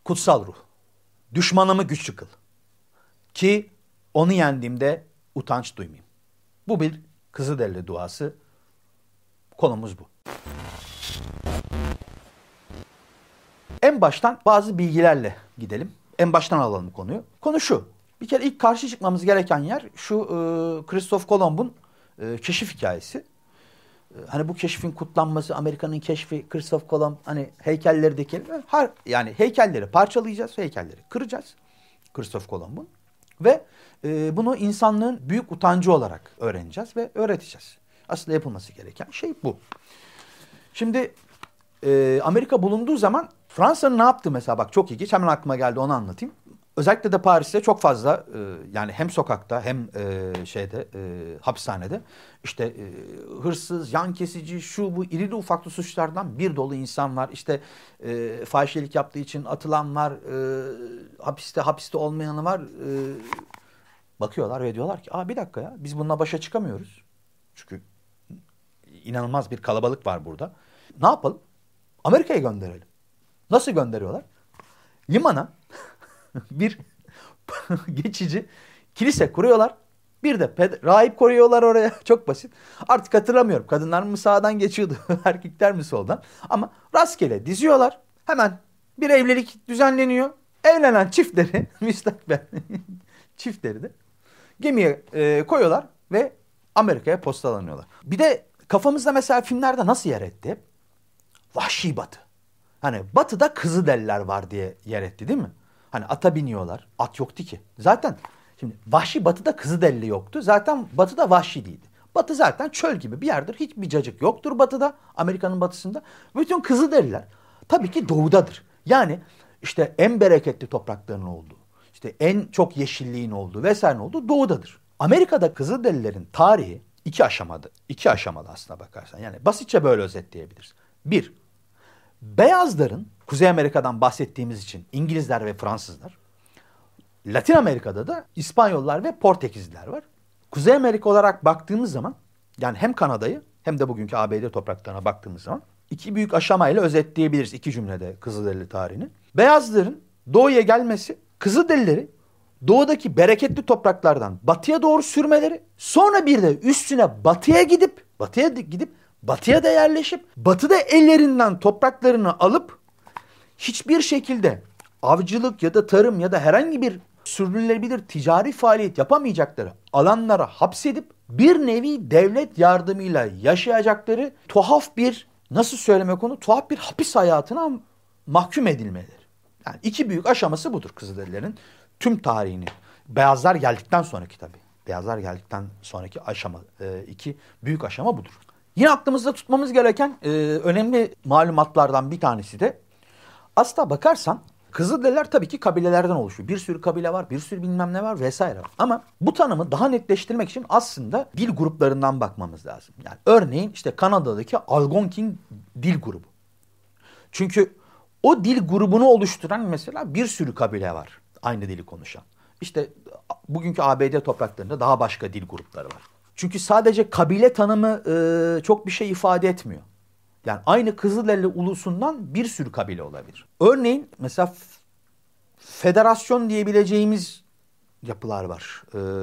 Kutsal ruh, düşmanımı güçlü kıl ki onu yendiğimde utanç duymayayım. Bu bir Kızılderili duası. Konumuz bu. En baştan bazı bilgilerle gidelim. En baştan alalım konuyu. Konu şu. Bir kere ilk karşı çıkmamız gereken yer şu Christoph Kolomb'un keşif hikayesi. Hani bu keşfin kutlanması, Amerika'nın keşfi, Christoph Kolomb, hani heykelleri dikelim. Yani heykelleri parçalayacağız, heykelleri kıracağız Christoph Kolomb'un. Ve bunu insanlığın büyük utancı olarak öğreneceğiz ve öğreteceğiz. Aslında yapılması gereken şey bu. Şimdi Amerika bulunduğu zaman Fransa'nın ne yaptı mesela, bak çok ilginç, hemen aklıma geldi, onu anlatayım. Özellikle de Paris'te çok fazla yani hem sokakta hem hapishanede işte hırsız, yan kesici, şu bu irili ufaklı suçlardan bir dolu insan var. İşte fahişelik yaptığı için atılan var, hapiste olmayanı var. Bakıyorlar ve diyorlar ki bir dakika ya, biz bununla başa çıkamıyoruz. Çünkü inanılmaz bir kalabalık var burada. Ne yapalım? Amerika'ya gönderelim. Nasıl gönderiyorlar? Limana bir geçici kilise kuruyorlar. Bir de rahip koyuyorlar oraya. Çok basit. Artık hatırlamıyorum. Kadınlar mı sağdan geçiyordu, erkekler mi soldan? Ama rastgele diziyorlar. Hemen bir evlilik düzenleniyor. Evlenen çiftleri, müstakbel çiftleri de gemiye koyuyorlar ve Amerika'ya postalanıyorlar. Bir de kafamızda mesela filmlerde nasıl yer etti? Vahşi Batı. Hani Batı'da Kızılderililer var diye yer etti değil mi? Hani ata biniyorlar. At yoktu ki. Zaten şimdi Vahşi Batı'da Kızılderili yoktu. Zaten Batı'da vahşi değildi. Batı zaten çöl gibi bir yerdir. Hiçbir cacık yoktur Batı'da. Amerika'nın batısında. Bütün Kızılderililer tabii ki doğudadır. Yani işte en bereketli toprakların olduğu, işte en çok yeşilliğin olduğu vesaire olduğu doğudadır. Amerika'da Kızılderililerin tarihi iki aşamalı aslına bakarsan. Yani basitçe böyle özetleyebiliriz. Bir, beyazların, Kuzey Amerika'dan bahsettiğimiz için İngilizler ve Fransızlar, Latin Amerika'da da İspanyollar ve Portekizliler var. Kuzey Amerika olarak baktığımız zaman, yani hem Kanada'yı hem de bugünkü ABD topraklarına baktığımız zaman iki büyük aşamayla özetleyebiliriz iki cümlede Kızılderili tarihini. Beyazların doğuya gelmesi, Kızılderilileri doğudaki bereketli topraklardan batıya doğru sürmeleri, sonra bir de üstüne batıya gidip batıya da yerleşip batıda ellerinden topraklarını alıp hiçbir şekilde avcılık ya da tarım ya da herhangi bir sürdürülebilir ticari faaliyet yapamayacakları alanlara hapsedip bir nevi devlet yardımıyla yaşayacakları tuhaf bir, nasıl söylemek onu, tuhaf bir hapis hayatına mahkum edilmeleri. Yani iki büyük aşaması budur Kızılderililerin tüm tarihini. Beyazlar geldikten sonraki tabii. Beyazlar geldikten sonraki aşama, iki büyük aşama budur. Yine aklımızda tutmamız gereken önemli malumatlardan bir tanesi de, aslına bakarsan Kızılderililer tabii ki kabilelerden oluşuyor. Bir sürü kabile var, bir sürü bilmem ne var vesaire var. Ama bu tanımı daha netleştirmek için aslında dil gruplarından bakmamız lazım. Yani örneğin işte Kanada'daki Algonquin dil grubu. Çünkü o dil grubunu oluşturan mesela bir sürü kabile var aynı dili konuşan. İşte bugünkü ABD topraklarında daha başka dil grupları var. Çünkü sadece kabile tanımı çok bir şey ifade etmiyor. Yani aynı Kızılderili ulusundan bir sürü kabile olabilir. Örneğin mesela federasyon diyebileceğimiz yapılar var.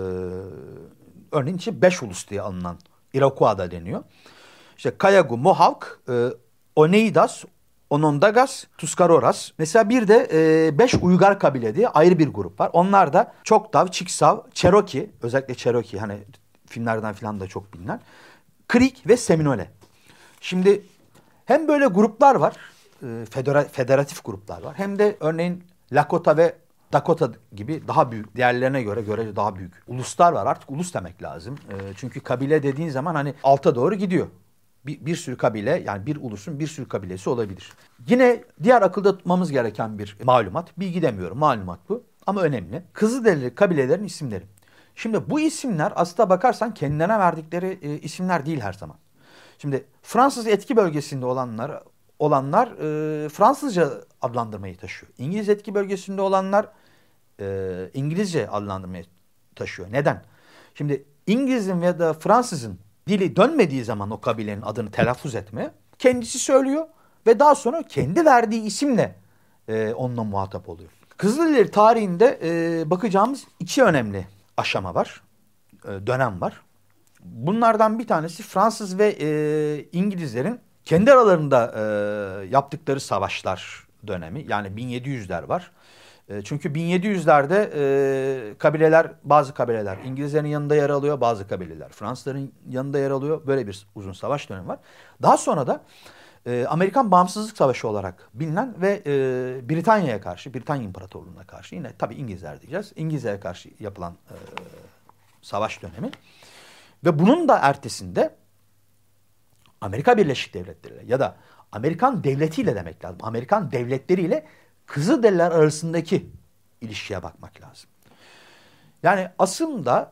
Örneğin işte 5 ulus diye alınan, Iroquois'da deniyor. İşte Kayagu, Mohawk, Oneidas, Onondagas, Tuscaroras. Mesela bir de 5 Uygar kabile diye ayrı bir grup var. Onlar da Choctaw, Chickasaw, Cherokee, özellikle Cherokee, hani filmlerden falan da çok bilinen, Creek ve Seminole. Şimdi hem böyle gruplar var, federatif gruplar var, hem de örneğin Lakota ve Dakota gibi daha büyük, diğerlerine göre daha büyük uluslar var. Artık ulus demek lazım. Çünkü kabile dediğin zaman hani alta doğru gidiyor. Bir sürü kabile, yani bir ulusun bir sürü kabilesi olabilir. Yine diğer akılda tutmamız gereken bir malumat, bilgi demiyorum, malumat bu ama önemli. Kızılderili kabilelerin isimleri. Şimdi bu isimler aslına bakarsan kendilerine verdikleri isimler değil her zaman. Şimdi Fransız etki bölgesinde olanlar Fransızca adlandırmayı taşıyor. İngiliz etki bölgesinde olanlar İngilizce adlandırmayı taşıyor. Neden? Şimdi İngiliz'in ya da Fransız'ın dili dönmediği zaman o kabilenin adını telaffuz etmeye kendisi söylüyor ve daha sonra kendi verdiği isimle onunla muhatap oluyor. Kızılderili tarihinde bakacağımız iki önemli aşama var, dönem var. Bunlardan bir tanesi Fransız ve İngilizlerin kendi aralarında yaptıkları savaşlar dönemi. Yani 1700'ler var. Çünkü 1700'lerde kabileler, bazı kabileler İngilizlerin yanında yer alıyor, bazı kabileler Fransızların yanında yer alıyor. Böyle bir uzun savaş dönemi var. Daha sonra da Amerikan Bağımsızlık Savaşı olarak bilinen ve Britanya'ya karşı, Britanya İmparatorluğu'na karşı, yine tabii İngilizler diyeceğiz, İngilizlere karşı yapılan savaş dönemi. Ve bunun da ertesinde Amerika Birleşik Devletleri ya da Amerikan devletiyle demek lazım. Amerikan devletleriyle Kızılderililer arasındaki ilişkiye bakmak lazım. Yani aslında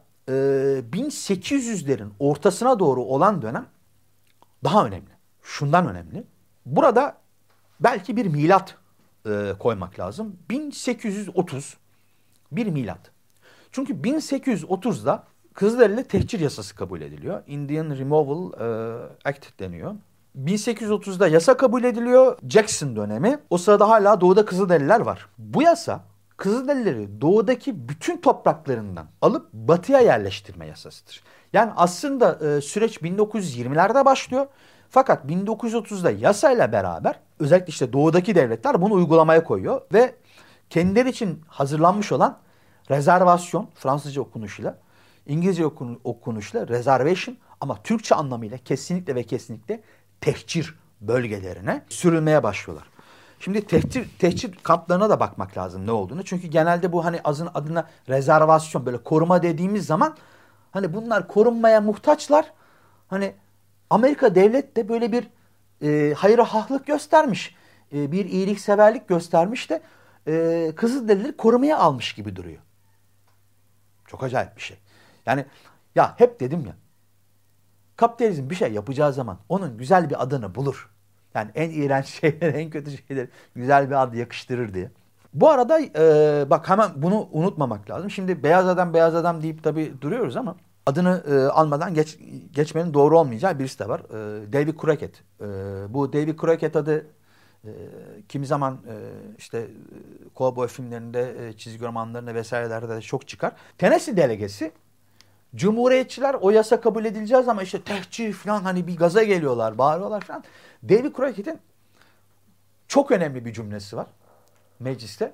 1800'lerin ortasına doğru olan dönem daha önemli. Şundan önemli. Burada belki bir milat koymak lazım. 1830 bir milat. Çünkü 1830'da Kızılderili tehcir yasası kabul ediliyor. Indian Removal Act deniyor. 1830'da yasa kabul ediliyor. Jackson dönemi. O sırada hala doğuda Kızılderililer var. Bu yasa Kızılderilileri doğudaki bütün topraklarından alıp batıya yerleştirme yasasıdır. Yani aslında süreç 1920'lerde başlıyor. Fakat 1930'da yasayla beraber özellikle işte doğudaki devletler bunu uygulamaya koyuyor ve kendileri için hazırlanmış olan rezervasyon, Fransızca okunuşuyla, İngilizce okunuşuyla reservation ama Türkçe anlamıyla kesinlikle ve kesinlikle tehcir bölgelerine sürülmeye başlıyorlar. Şimdi tehcir kamplarına da bakmak lazım ne olduğunu. Çünkü genelde bu hani adına rezervasyon, böyle koruma dediğimiz zaman hani bunlar korunmaya muhtaçlar. Hani Amerika devlet de böyle bir hayırhahlık göstermiş. Bir iyilikseverlik göstermiş de Kızılderilileri korumaya almış gibi duruyor. Çok acayip bir şey. Yani ya hep dedim ya, kapitalizm bir şey yapacağı zaman onun güzel bir adını bulur. Yani en iğrenç şeyler, en kötü şeyler güzel bir ad yakıştırır diye. Bu arada bak hemen bunu unutmamak lazım. Şimdi beyaz adam deyip tabii duruyoruz ama adını almadan geçmenin doğru olmayacağı birisi de var. David Crockett. Bu David Crockett adı kimi zaman işte kovboy filmlerinde, çizgi romanlarında vesairelerde de çok çıkar. Tennessee delegesi, Cumhuriyetçiler o yasa kabul edileceğiz ama işte tehcir falan, hani bir gaza geliyorlar, bağırıyorlar falan. David Crockett'in çok önemli bir cümlesi var mecliste.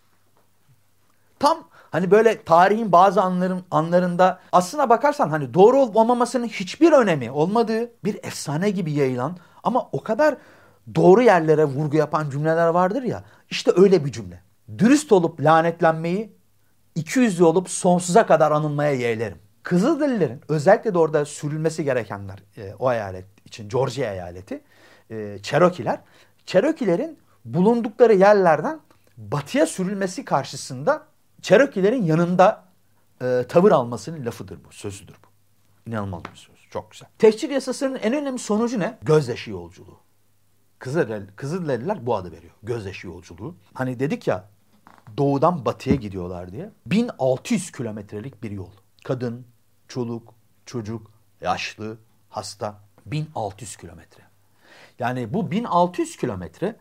Tam hani böyle tarihin bazı anlarında aslına bakarsan hani doğru olup olmamasının hiçbir önemi olmadığı bir efsane gibi yayılan ama o kadar doğru yerlere vurgu yapan cümleler vardır ya. İşte öyle bir cümle. Dürüst olup lanetlenmeyi, ikiyüzlü olup sonsuza kadar anılmaya yeğlerim. Kızılderililerin özellikle de orada sürülmesi gerekenler o eyalet için, Georgia eyaleti, Cherokee'lerin bulundukları yerlerden batıya sürülmesi karşısında Cherokee'lerin yanında tavır almasının lafıdır bu, sözüdür bu. İnanılmaz bir söz, çok güzel. Tehcir yasasının en önemli sonucu ne? Gözyaşı yolculuğu. Kızılderililer bu adı veriyor, gözyaşı yolculuğu. Hani dedik ya, doğudan batıya gidiyorlar diye. 1600 kilometrelik bir yol. Kadın, çoluk, çocuk, yaşlı, hasta. 1600 kilometre. Yani bu 1600 kilometre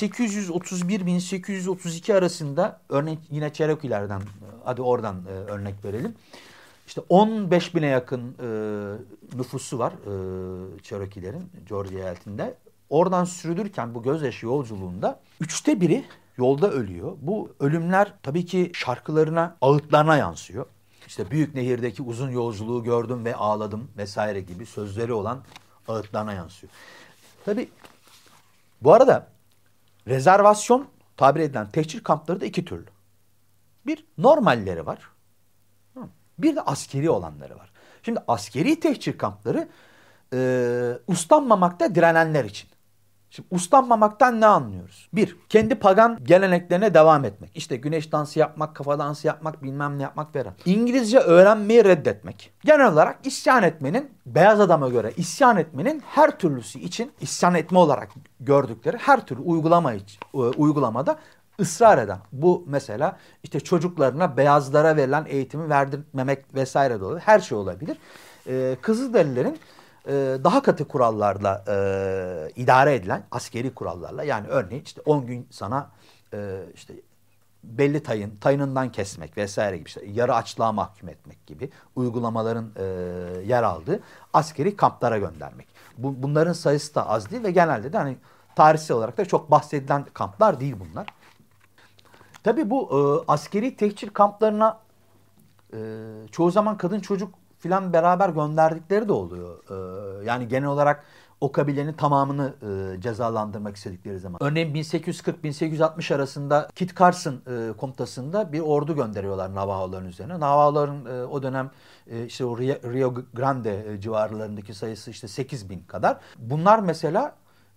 1831-1832 arasında, örnek yine Cherokee'lerden, hadi oradan örnek verelim. İşte 15 bine yakın nüfusu var Cherokee'lerin Georgia eyaletinde. Oradan sürülürken bu gözyaşı yolculuğunda 1/3 yolda ölüyor. Bu ölümler tabii ki şarkılarına, ağıtlarına yansıyor. İşte büyük nehirdeki uzun yolculuğu gördüm ve ağladım vesaire gibi sözleri olan ağıtlarına yansıyor. Tabii bu arada rezervasyon tabir edilen tehcir kampları da iki türlü. Bir normalleri var. Bir de askeri olanları var. Şimdi askeri tehcir kampları uslanmamakta direnenler için. Şimdi uslanmamaktan ne anlıyoruz? Bir, kendi pagan geleneklerine devam etmek. İşte güneş dansı yapmak, kafa dansı yapmak, bilmem ne yapmak falan. İngilizce öğrenmeyi reddetmek. Genel olarak isyan etmenin, beyaz adama göre isyan etmenin her türlüsü için isyan etme olarak gördükleri her türlü uygulamada ısrar eden. Bu mesela işte çocuklarına beyazlara verilen eğitimi verdirmemek vesaire de olabilir. Her şey olabilir. Kızılderililerin daha katı kurallarla idare edilen askeri kurallarla, yani örneğin işte 10 gün sana işte belli tayınından kesmek vesaire gibi, işte yarı açlığa mahkum etmek gibi uygulamaların yer aldığı askeri kamplara göndermek. Bunların sayısı da az değil ve genelde de hani tarihsel olarak da çok bahsedilen kamplar değil bunlar. Tabii bu askeri tehcir kamplarına çoğu zaman kadın çocuk filan beraber gönderdikleri de oluyor. Yani genel olarak o kabilenin tamamını cezalandırmak istedikleri zaman. Örneğin 1840-1860 arasında Kit Carson komutasında bir ordu gönderiyorlar Navajo'ların üzerine. Navajo'ların o dönem işte o Rio Grande civarlarındaki sayısı işte 8.000 kadar. Bunlar mesela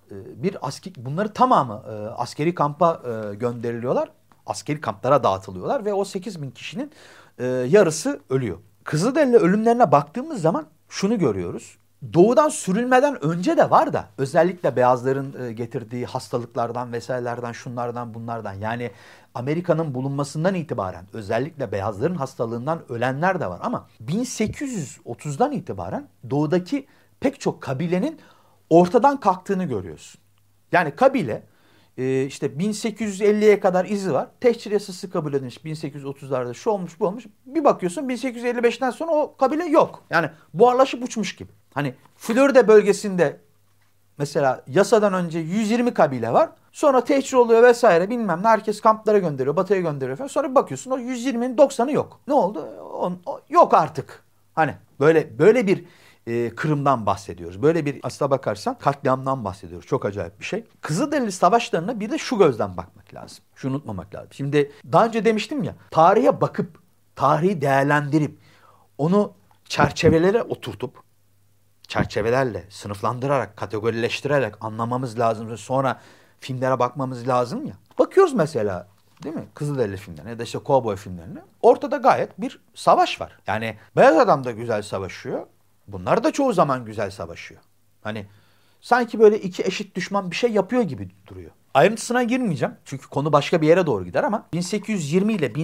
bunları tamamı askeri kampa gönderiliyorlar. Askeri kamplara dağıtılıyorlar ve o 8.000 kişinin yarısı ölüyor. Kızılderili ölümlerine baktığımız zaman şunu görüyoruz. Doğudan sürülmeden önce de var da özellikle beyazların getirdiği hastalıklardan vesairelerden, şunlardan bunlardan, yani Amerika'nın bulunmasından itibaren özellikle beyazların hastalığından ölenler de var ama 1830'dan itibaren doğudaki pek çok kabilenin ortadan kalktığını görüyorsun. Yani kabile işte 1850'ye kadar izi var. Tehcir yasası kabul edilmiş 1830'larda, şu olmuş bu olmuş. Bir bakıyorsun 1855'ten sonra o kabile yok. Yani buharlaşıp uçmuş gibi. Hani Florida bölgesinde mesela yasadan önce 120 kabile var. Sonra tehcir oluyor vesaire bilmem ne, herkes kamplara gönderiyor, batıya gönderiyor falan. Sonra bir bakıyorsun o 120'nin 90'ı yok. Ne oldu? Yok artık. Hani böyle bir kırımdan bahsediyoruz. Böyle bir, aslına bakarsan katliamdan bahsediyoruz. Çok acayip bir şey. Kızılderili savaşlarına bir de şu gözden bakmak lazım. Şunu unutmamak lazım. Şimdi daha önce demiştim ya, tarihe bakıp, tarihi değerlendirip, onu çerçevelere oturtup, çerçevelerle sınıflandırarak, kategorileştirerek anlamamız lazım. Sonra filmlere bakmamız lazım ya. Bakıyoruz mesela, değil mi? Kızılderili filmlerine ya da işte kovboy filmlerine. Ortada gayet bir savaş var. Yani beyaz adam da güzel savaşıyor. Bunlar da çoğu zaman güzel savaşıyor. Hani sanki böyle iki eşit düşman bir şey yapıyor gibi duruyor. Ayrıntısına girmeyeceğim çünkü konu başka bir yere doğru gider ama 1820 ile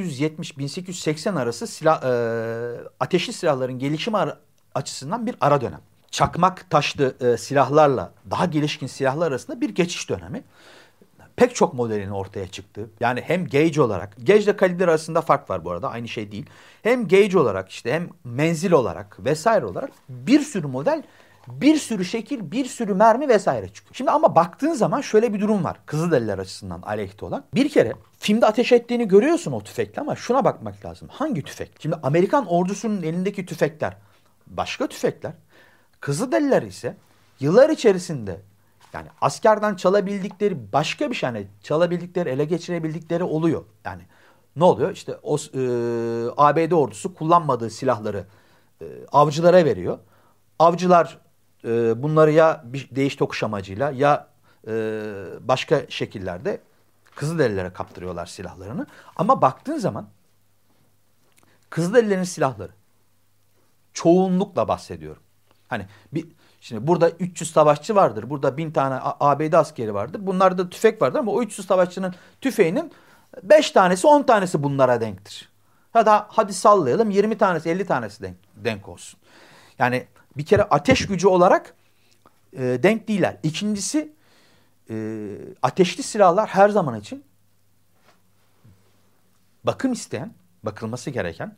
1870-1880 arası ateşli silahların gelişimi açısından bir ara dönem. Çakmak taşlı silahlarla daha gelişkin silahlar arasında bir geçiş dönemi. Pek çok modelin ortaya çıktığı, yani hem gauge olarak, gauge ile kalibre arasında fark var bu arada, aynı şey değil. Hem gauge olarak, işte hem menzil olarak vesaire olarak bir sürü model, bir sürü şekil, bir sürü mermi vesaire çıkıyor. Şimdi ama baktığın zaman şöyle bir durum var Kızılderililer açısından aleyhte olan. Bir kere filmde ateş ettiğini görüyorsun o tüfekle ama şuna bakmak lazım. Hangi tüfek? Şimdi Amerikan ordusunun elindeki tüfekler başka tüfekler. Kızılderililer ise yıllar içerisinde, yani askerden çalabildikleri başka bir şey, hani çalabildikleri, ele geçirebildikleri oluyor. Yani ne oluyor? İşte o ABD ordusu kullanmadığı silahları avcılara veriyor. Avcılar bunları ya bir değiş tokuş amacıyla ya başka şekillerde Kızılderililere kaptırıyorlar silahlarını. Ama baktığın zaman Kızılderililerin silahları, çoğunlukla bahsediyorum. Hani şimdi burada 300 savaşçı vardır. Burada 1000 tane ABD askeri vardır. Bunlarda tüfek vardır ama o 300 savaşçının tüfeğinin 5 tanesi 10 tanesi bunlara denktir. Ya da hadi sallayalım 20 tanesi 50 tanesi denk olsun. Yani bir kere ateş gücü olarak denk değiller. İkincisi ateşli silahlar her zaman için bakım isteyen, bakılması gereken,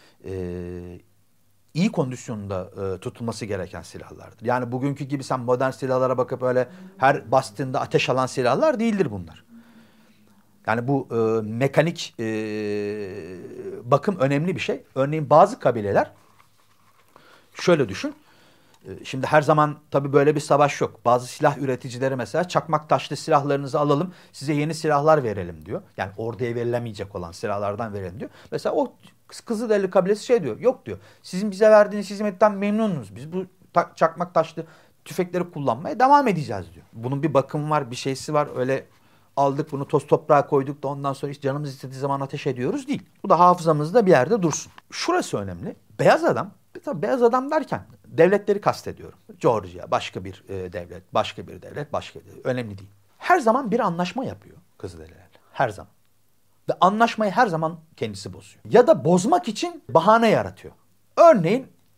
iyi kondisyonda tutulması gereken silahlardır. Yani bugünkü gibi sen modern silahlara bakıp öyle her bastığında ateş alan silahlar değildir bunlar. Yani bu mekanik bakım önemli bir şey. Örneğin bazı kabileler, şöyle düşün. Şimdi her zaman tabii böyle bir savaş yok. Bazı silah üreticileri mesela çakmak taşlı silahlarınızı alalım, size yeni silahlar verelim diyor. Yani orduya verilemeyecek olan silahlardan verelim diyor. Mesela o Kızılderili kabilesi şey diyor. Yok diyor. Sizin bize verdiğiniz hizmetten memnunuz. Biz bu çakmak taşlı tüfekleri kullanmaya devam edeceğiz diyor. Bunun bir bakımı var, bir şeysi var. Öyle aldık bunu toz toprağa koyduk da ondan sonra işte canımız istediği zaman ateş ediyoruz değil. Bu da hafızamızda bir yerde dursun. Şurası önemli. Beyaz adam, tabii beyaz adam derken devletleri kastediyorum. Georgia başka bir devlet, başka bir devlet, başka bir devlet. Önemli değil. Her zaman bir anlaşma yapıyor Kızılderililerle. Her zaman. Ve anlaşmayı her zaman kendisi bozuyor. Ya da bozmak için bahane yaratıyor. Örneğin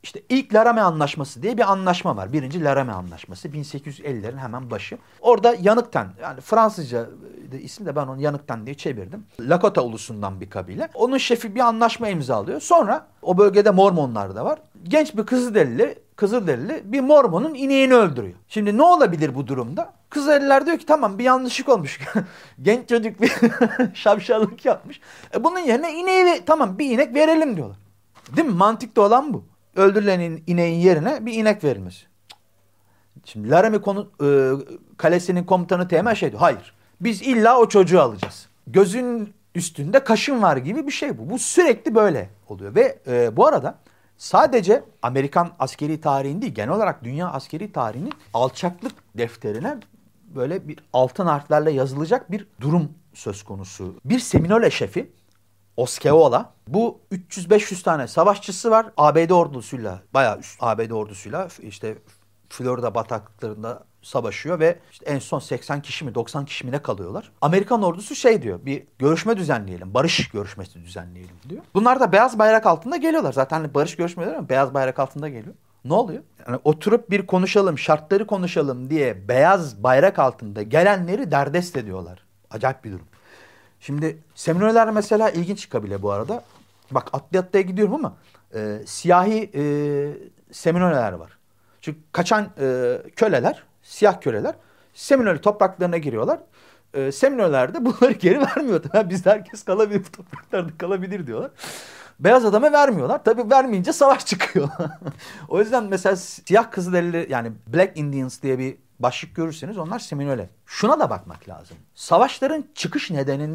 İşte ilk Laramie Anlaşması diye bir anlaşma var. Birinci Laramie Anlaşması 1850'lerin hemen başı. Orada Yanıkten, yani Fransızca ismi de ben onu Yanıkten diye çevirdim. Lakota ulusundan bir kabile. Onun şefi bir anlaşma imzalıyor. Sonra o bölgede Mormonlar da var. Genç bir Kızılderili bir Mormon'un ineğini öldürüyor. Şimdi ne olabilir bu durumda? Kızılderililer diyor ki tamam bir yanlışlık olmuş. Genç çocuk bir şapşallık yapmış. Bunun yerine tamam bir inek verelim diyorlar. Değil mi? Mantıkta olan bu. Öldürülen ineğin yerine bir inek verilmesi. Şimdi Laramie kalesinin komutanı Teğmen şey diyor. Hayır. Biz illa o çocuğu alacağız. Gözün üstünde kaşın var gibi bir şey bu. Bu sürekli böyle oluyor. Ve bu arada sadece Amerikan askeri tarihinin değil, genel olarak dünya askeri tarihinin alçaklık defterine böyle bir altın harflerle yazılacak bir durum söz konusu. Bir Seminole şefi Osceola. Bu 300-500 tane savaşçısı var. ABD ordusuyla, bayağı üst ABD ordusuyla işte Florida bataklıklarında savaşıyor ve işte en son 80 kişi mi 90 kişi mi ne kalıyorlar. Amerikan ordusu şey diyor, bir görüşme düzenleyelim, barış görüşmesi düzenleyelim diyor. Bunlar da beyaz bayrak altında geliyorlar. Zaten hani barış görüşmeleri ama beyaz bayrak altında geliyor. Ne oluyor? Yani oturup bir konuşalım, şartları konuşalım diye beyaz bayrak altında gelenleri derdest ediyorlar. Acayip bir durum. Şimdi Seminoleler mesela ilginç kabile bu arada. Bak atlaya gidiyorum ama siyahi Seminoleler var. Çünkü kaçan köleler, siyah köleler Seminole topraklarına giriyorlar. Seminoleler de bunları geri vermiyor. Bizde herkes kalabilir, bu topraklarda kalabilir diyorlar. Beyaz adama vermiyorlar. Tabii vermeyince savaş çıkıyor. O yüzden mesela siyah Kızılderili yani Black Indians diye bir başlık görürseniz onlar Seminole. Şuna da bakmak lazım. Savaşların çıkış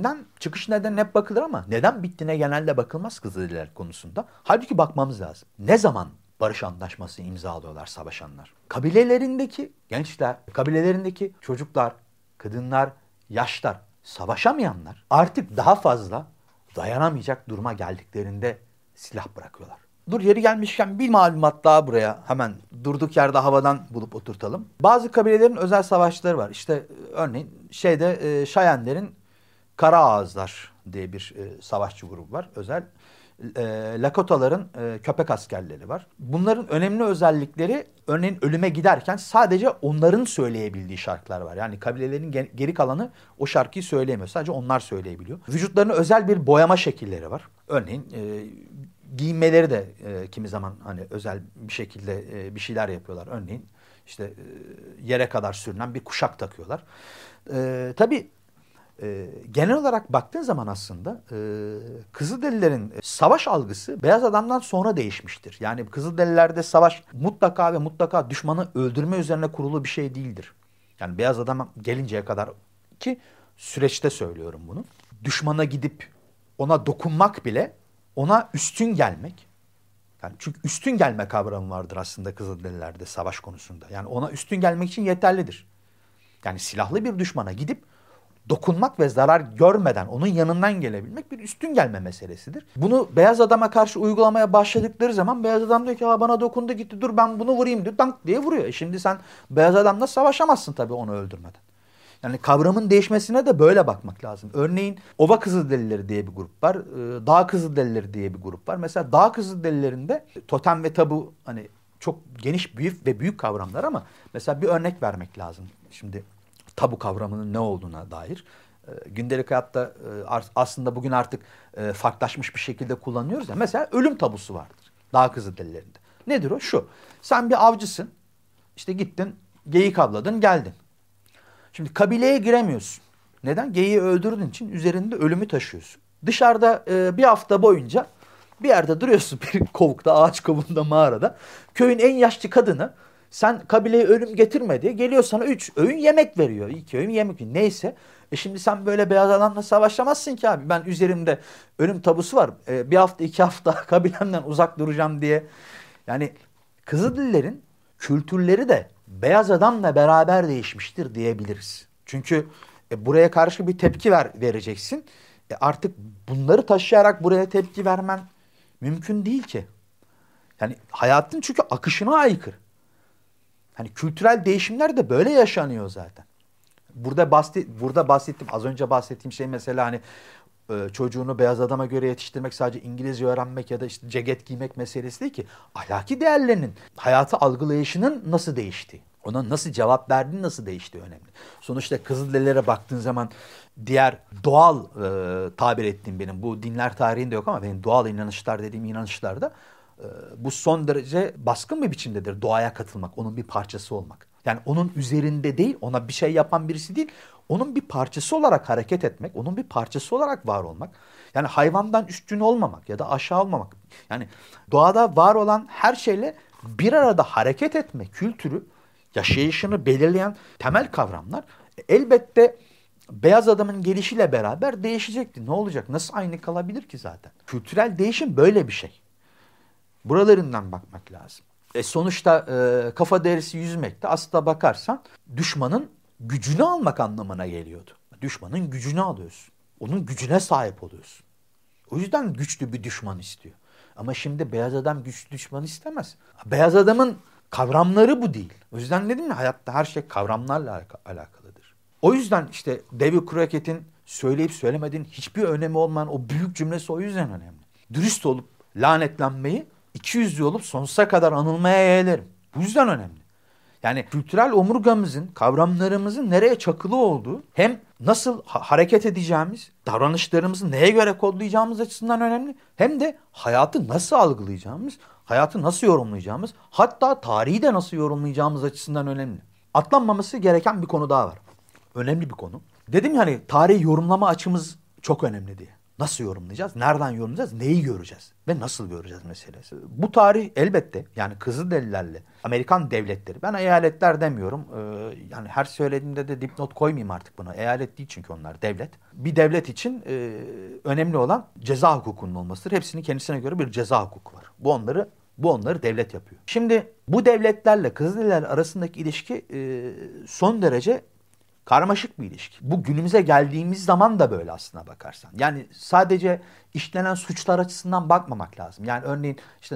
nedeni hep bakılır ama neden bittiğine genelde bakılmaz Kızılderililer konusunda. Halbuki bakmamız lazım. Ne zaman barış anlaşması imzalıyorlar savaşanlar? Kabilelerindeki gençler, kabilelerindeki çocuklar, kadınlar, yaşlar, savaşamayanlar artık daha fazla dayanamayacak duruma geldiklerinde silah bırakıyorlar. Dur yeri gelmişken bir malumat daha buraya hemen durduk yerde havadan bulup oturtalım. Bazı kabilelerin özel savaşları var. İşte örneğin Şayenlerin Kara Ağızlar diye bir savaşçı grubu var. Özel. Lakotaların köpek askerleri var. Bunların önemli özellikleri örneğin ölüme giderken sadece onların söyleyebildiği şarkılar var. Yani kabilelerin geri kalanı o şarkıyı söyleyemiyor. Sadece onlar söyleyebiliyor. Vücutlarına özel bir boyama şekilleri var. Örneğin giyinmeleri de kimi zaman hani özel bir şekilde bir şeyler yapıyorlar. Örneğin işte yere kadar sürünen bir kuşak takıyorlar. Tabii genel olarak baktığın zaman aslında Kızılderililerin savaş algısı beyaz adamdan sonra değişmiştir. Yani Kızılderililerde savaş mutlaka ve mutlaka düşmanı öldürme üzerine kurulu bir şey değildir. Yani beyaz adama gelinceye kadar ki süreçte söylüyorum bunu. Düşmana gidip ona dokunmak bile ona üstün gelmek. Yani çünkü üstün gelme kavramı vardır aslında Kızılderililerde savaş konusunda. Yani ona üstün gelmek için yeterlidir. Yani silahlı bir düşmana gidip dokunmak ve zarar görmeden onun yanından gelebilmek bir üstün gelme meselesidir. Bunu beyaz adama karşı uygulamaya başladıkları zaman beyaz adam diyor ki bana dokundu gitti dur ben bunu vurayım diyor. Dank diye vuruyor. Şimdi sen beyaz adamla savaşamazsın tabii onu öldürmeden. Yani kavramın değişmesine de böyle bakmak lazım. Örneğin Ova Kızılderilileri diye bir grup var. Dağ Kızılderilileri diye bir grup var. Mesela Dağ Kızılderililerinde totem ve tabu hani çok geniş büyük kavramlar ama mesela bir örnek vermek lazım. Şimdi tabu kavramının ne olduğuna dair. Gündelik hayatta aslında bugün artık farklılaşmış bir şekilde kullanıyoruz ya. Mesela ölüm tabusu vardır Dağ Kızılderililerinde. Nedir o? Şu. Sen bir avcısın. İşte gittin, geyik avladın, geldin. Şimdi kabileye giremiyorsun. Neden? Geyiği öldürdüğün için üzerinde ölümü taşıyorsun. Dışarıda bir hafta boyunca bir yerde duruyorsun bir kovukta, ağaç kovuğunda, mağarada. Köyün en yaşlı kadını sen kabileye ölüm getirme diye geliyor sana 3 öğün yemek veriyor. 2 öğün yemek veriyor. Neyse. Şimdi sen böyle beyaz adamla savaşamazsın ki abi. Ben üzerimde ölüm tabusu var. Bir hafta 2 hafta kabilemden uzak duracağım diye. Yani Kızılderililerin kültürleri de beyaz adamla beraber değişmiştir diyebiliriz. Çünkü buraya karşı bir tepki vereceksin. Artık bunları taşıyarak buraya tepki vermen mümkün değil ki. Yani hayatın çünkü akışına aykırı. Hani kültürel değişimler de böyle yaşanıyor zaten. Burada bahsettiğim, az önce bahsettiğim şey mesela hani çocuğunu beyaz adama göre yetiştirmek sadece İngilizce öğrenmek ya da işte ceket giymek meselesi değil ki. Ahlaki değerlerinin, hayatı algılayışının nasıl değiştiği, ona nasıl cevap verdiğin nasıl değiştiği önemli. Sonuçta Kızılderililere baktığın zaman diğer doğal tabir ettiğim benim bu dinler tarihinde yok ama benim doğal inanışlar dediğim inanışlarda bu son derece baskın bir biçimdedir. Doğaya katılmak, onun bir parçası olmak. Yani onun üzerinde değil, ona bir şey yapan birisi değil, onun bir parçası olarak hareket etmek, onun bir parçası olarak var olmak. Yani hayvandan üstün olmamak ya da aşağı olmamak. Yani doğada var olan her şeyle bir arada hareket etme kültürü, yaşayışını belirleyen temel kavramlar elbette beyaz adamın gelişiyle beraber değişecekti. Ne olacak? Nasıl aynı kalabilir ki zaten? Kültürel değişim böyle bir şey. Buralarından bakmak lazım. Sonuçta kafa derisi yüzmek de aslına bakarsan düşmanın gücünü almak anlamına geliyordu. Düşmanın gücünü alıyorsun. Onun gücüne sahip oluyorsun. O yüzden güçlü bir düşman istiyor. Ama şimdi beyaz adam güçlü düşman istemez. Beyaz adamın kavramları bu değil. O yüzden dedim ya hayatta her şey kavramlarla alakalıdır. O yüzden işte David Crockett'in söyleyip söylemediğin hiçbir önemi olmayan o büyük cümlesi o yüzden önemli. Dürüst olup lanetlenmeyi, ikiyüzlü olup sonsuza kadar anılmaya yeğlerim. Bu yüzden önemli. Yani kültürel omurgamızın, kavramlarımızın nereye çakılı olduğu hem nasıl hareket edeceğimiz, davranışlarımızı neye göre kodlayacağımız açısından önemli. Hem de hayatı nasıl algılayacağımız, hayatı nasıl yorumlayacağımız, hatta tarihi de nasıl yorumlayacağımız açısından önemli. Atlanmaması gereken bir konu daha var. Önemli bir konu. Dedim ya hani tarihi yorumlama açımız çok önemli diye. Nasıl yorumlayacağız? Nereden yorumlayacağız? Neyi göreceğiz? Ve nasıl göreceğiz meselesi. Bu tarih elbette yani Kızılderililerle Amerikan devletleri. Ben eyaletler demiyorum. Yani her söylediğimde de dipnot koymayayım artık buna. Eyalet değil çünkü onlar devlet. Bir devlet için önemli olan ceza hukukunun olmasıdır. Hepsinin kendisine göre bir ceza hukuku var. Bu onları devlet yapıyor. Şimdi bu devletlerle Kızılderililer arasındaki ilişki son derece karmaşık bir ilişki. Bu günümüze geldiğimiz zaman da böyle aslına bakarsan. Yani sadece işlenen suçlar açısından bakmamak lazım. Yani örneğin işte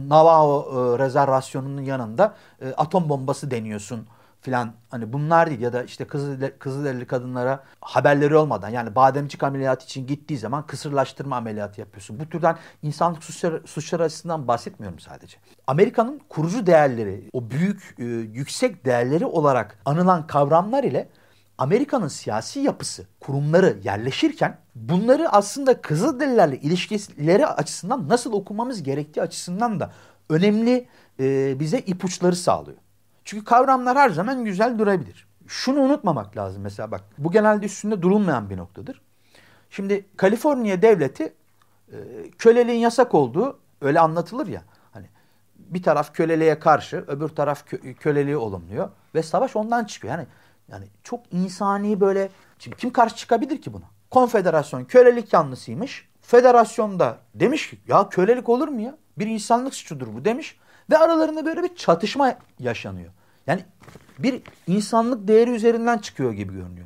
Navajo rezervasyonunun yanında atom bombası deniyorsun filan. Hani bunlar değil ya da işte Kızılderili kadınlara haberleri olmadan yani bademcik ameliyatı için gittiği zaman kısırlaştırma ameliyatı yapıyorsun. Bu türden insanlık suçları açısından bahsetmiyorum sadece. Amerika'nın kurucu değerleri, o büyük yüksek değerleri olarak anılan kavramlar ile Amerika'nın siyasi yapısı, kurumları yerleşirken bunları aslında Kızılderililerle ilişkileri açısından nasıl okumamız gerektiği açısından da önemli bize ipuçları sağlıyor. Çünkü kavramlar her zaman güzel durabilir. Şunu unutmamak lazım mesela bak bu genelde üstünde durulmayan bir noktadır. Şimdi Kaliforniya devleti köleliğin yasak olduğu öyle anlatılır ya. Hani bir taraf köleliğe karşı öbür taraf köleliği olumluyor ve savaş ondan çıkıyor. Yani çok insani böyle kim karşı çıkabilir ki buna? Konfederasyon kölelik yanlısıymış. Federasyon da demiş ki ya kölelik olur mu ya? Bir insanlık suçudur bu demiş. Ve aralarında böyle bir çatışma yaşanıyor. Yani bir insanlık değeri üzerinden çıkıyor gibi görünüyor.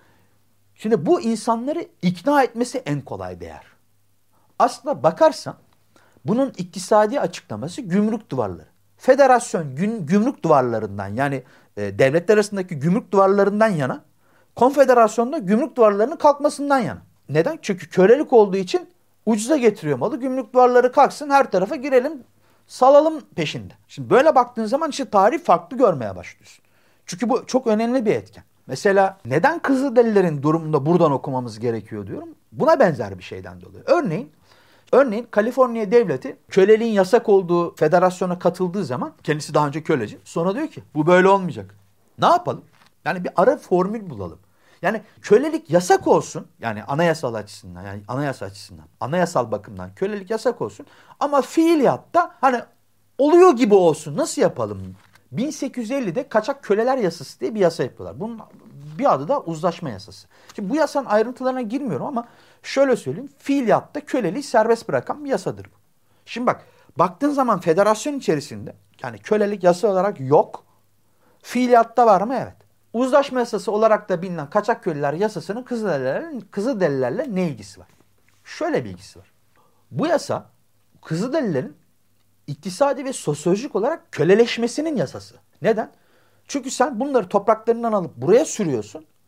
Şimdi bu insanları ikna etmesi en kolay değer. Aslına bakarsan bunun iktisadi açıklaması gümrük duvarları. Federasyon gümrük duvarlarından yani devletler arasındaki gümrük duvarlarından yana, konfederasyonda gümrük duvarlarının kalkmasından yana. Neden? Çünkü kölelik olduğu için ucuza getiriyor malı. Gümrük duvarları kalksın her tarafa girelim salalım peşinde. Şimdi böyle baktığın zaman işte tarih farklı görmeye başlıyorsun. Çünkü bu çok önemli bir etken. Mesela neden Kızılderililerin durumunda buradan okumamız gerekiyor diyorum. Buna benzer bir şeyden dolayı. Örneğin Kaliforniya devleti köleliğin yasak olduğu federasyona katıldığı zaman kendisi daha önce köleci. Sonra diyor ki bu böyle olmayacak. Ne yapalım? Yani bir ara formül bulalım. Yani kölelik yasak olsun. Yani anayasal açısından, anayasal bakımdan kölelik yasak olsun. Ama fiiliyatta hani oluyor gibi olsun. Nasıl yapalım? 1850'de kaçak köleler yasası diye bir yasa yapıyorlar. Bunun bir adı da uzlaşma yasası. Şimdi bu yasanın ayrıntılarına girmiyorum ama şöyle söyleyeyim. Fiiliyatta köleliği serbest bırakan bir yasadır bu. Şimdi baktığın zaman federasyon içerisinde yani kölelik yasa olarak yok. Fiiliyatta var mı? Evet. Uzlaşma yasası olarak da bilinen kaçak köleler yasasının Kızılderililerle ne ilgisi var? Şöyle bir ilgisi var. Bu yasa Kızılderililerin iktisadi ve sosyolojik olarak köleleşmesinin yasası. Neden? Çünkü sen bunları topraklarından alıp buraya sürüyorsun.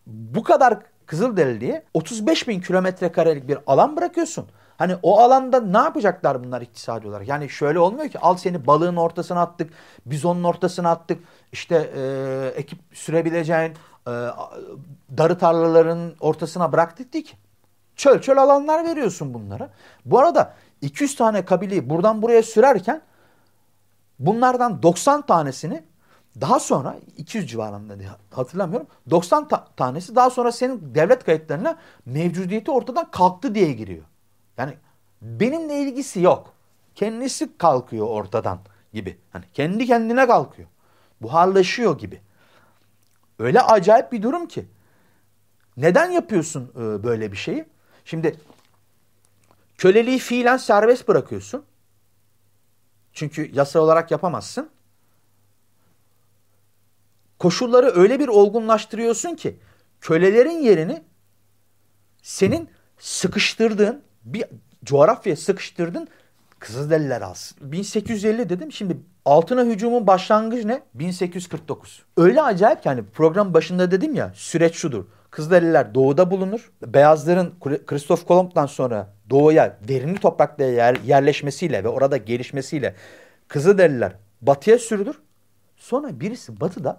bu kadar Kızılderili'ye 35 bin kilometre karelik bir alan bırakıyorsun. Hani o alanda ne yapacaklar bunlar iktisadi olarak? Yani şöyle olmuyor ki, al seni balığın ortasına attık, bizonun ortasına attık, işte ekip sürebileceğin darı tarlalarının ortasına bıraktık değil ki. Çöl çöl alanlar veriyorsun bunlara. Bu arada 200 tane kabileyi buradan buraya sürerken bunlardan 90 tanesini daha sonra, 200 civarında diye hatırlamıyorum, 90 tanesi daha sonra senin devlet kayıtlarına mevcudiyeti ortadan kalktı diye giriyor. Yani benimle ilgisi yok. Kendisi kalkıyor ortadan gibi. Hani kendi kendine kalkıyor. Buharlaşıyor gibi. Öyle acayip bir durum ki. Neden yapıyorsun böyle bir şeyi? Şimdi köleliği fiilen serbest bırakıyorsun. Çünkü yasal olarak yapamazsın. Koşulları öyle bir olgunlaştırıyorsun ki kölelerin yerini senin sıkıştırdığın, bir coğrafyaya sıkıştırdığın Kızılderililer alsın. 1850 dedim. Şimdi altına hücumun başlangıcı ne? 1849. Öyle acayip ki, hani program başında dedim ya, süreç şudur. Kızılderililer doğuda bulunur. Beyazların Kristof Kolomb'dan sonra doğuya, verimli topraklara yerleşmesiyle ve orada gelişmesiyle Kızılderililer batıya sürülür. Sonra birisi batıda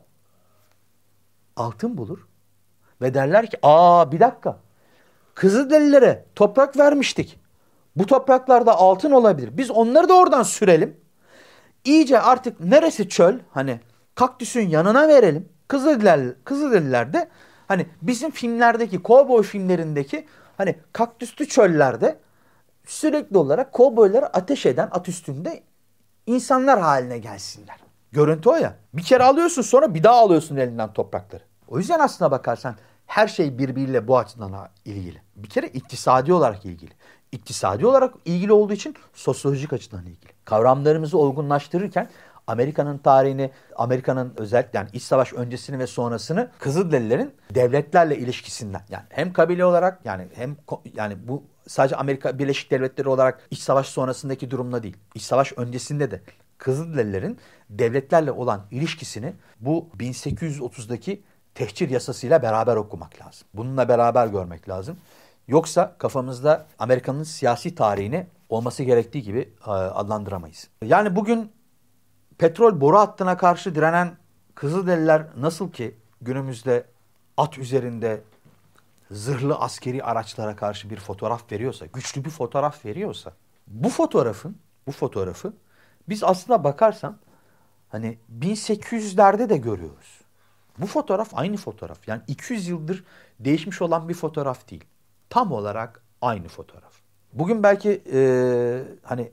altın bulur ve derler ki, bir dakika, Kızılderililere toprak vermiştik. Bu topraklarda altın olabilir. Biz onları da oradan sürelim. İyice artık neresi çöl, hani kaktüsün yanına verelim. Kızılderililer de hani bizim filmlerdeki, kovboy filmlerindeki hani kaktüslü çöllerde sürekli olarak kovboylara ateş eden, at üstünde insanlar haline gelsinler. Görüntü o ya. Bir kere alıyorsun, sonra bir daha alıyorsun elinden toprakları. O yüzden aslına bakarsan her şey birbiriyle bu açıdan ilgili. Bir kere iktisadi olarak ilgili. İktisadi olarak ilgili olduğu için sosyolojik açıdan ilgili. Kavramlarımızı olgunlaştırırken Amerika'nın tarihini, Amerika'nın özellikle yani iç savaş öncesini ve sonrasını Kızılderililerin devletlerle ilişkisinden, yani hem kabile olarak, yani bu sadece Amerika Birleşik Devletleri olarak iç savaş sonrasındaki durumda değil. İç savaş öncesinde de Kızılderililerin devletlerle olan ilişkisini bu 1830'daki tehcir yasasıyla beraber okumak lazım. Bununla beraber görmek lazım. Yoksa kafamızda Amerika'nın siyasi tarihini olması gerektiği gibi adlandıramayız. Yani bugün petrol boru hattına karşı direnen Kızılderililer nasıl ki günümüzde at üzerinde zırhlı askeri araçlara karşı bir fotoğraf veriyorsa, güçlü bir fotoğraf veriyorsa, bu fotoğrafı biz aslına bakarsan hani 1800'lerde de görüyoruz. Bu fotoğraf aynı fotoğraf. Yani 200 yıldır değişmiş olan bir fotoğraf değil. Tam olarak aynı fotoğraf. Bugün belki hani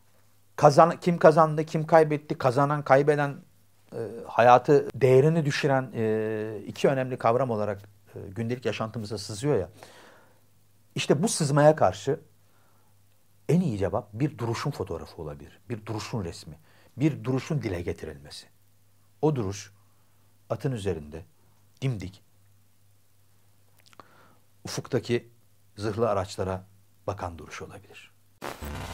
kim kazandı, kim kaybetti, kazanan, kaybeden, hayatı değerini düşüren iki önemli kavram olarak gündelik yaşantımıza sızıyor ya. İşte bu sızmaya karşı en iyi cevap bir duruşun fotoğrafı olabilir. Bir duruşun resmi. Bir duruşun dile getirilmesi. O duruş atın üzerinde dimdik ufuktaki zırhlı araçlara bakan duruş olabilir.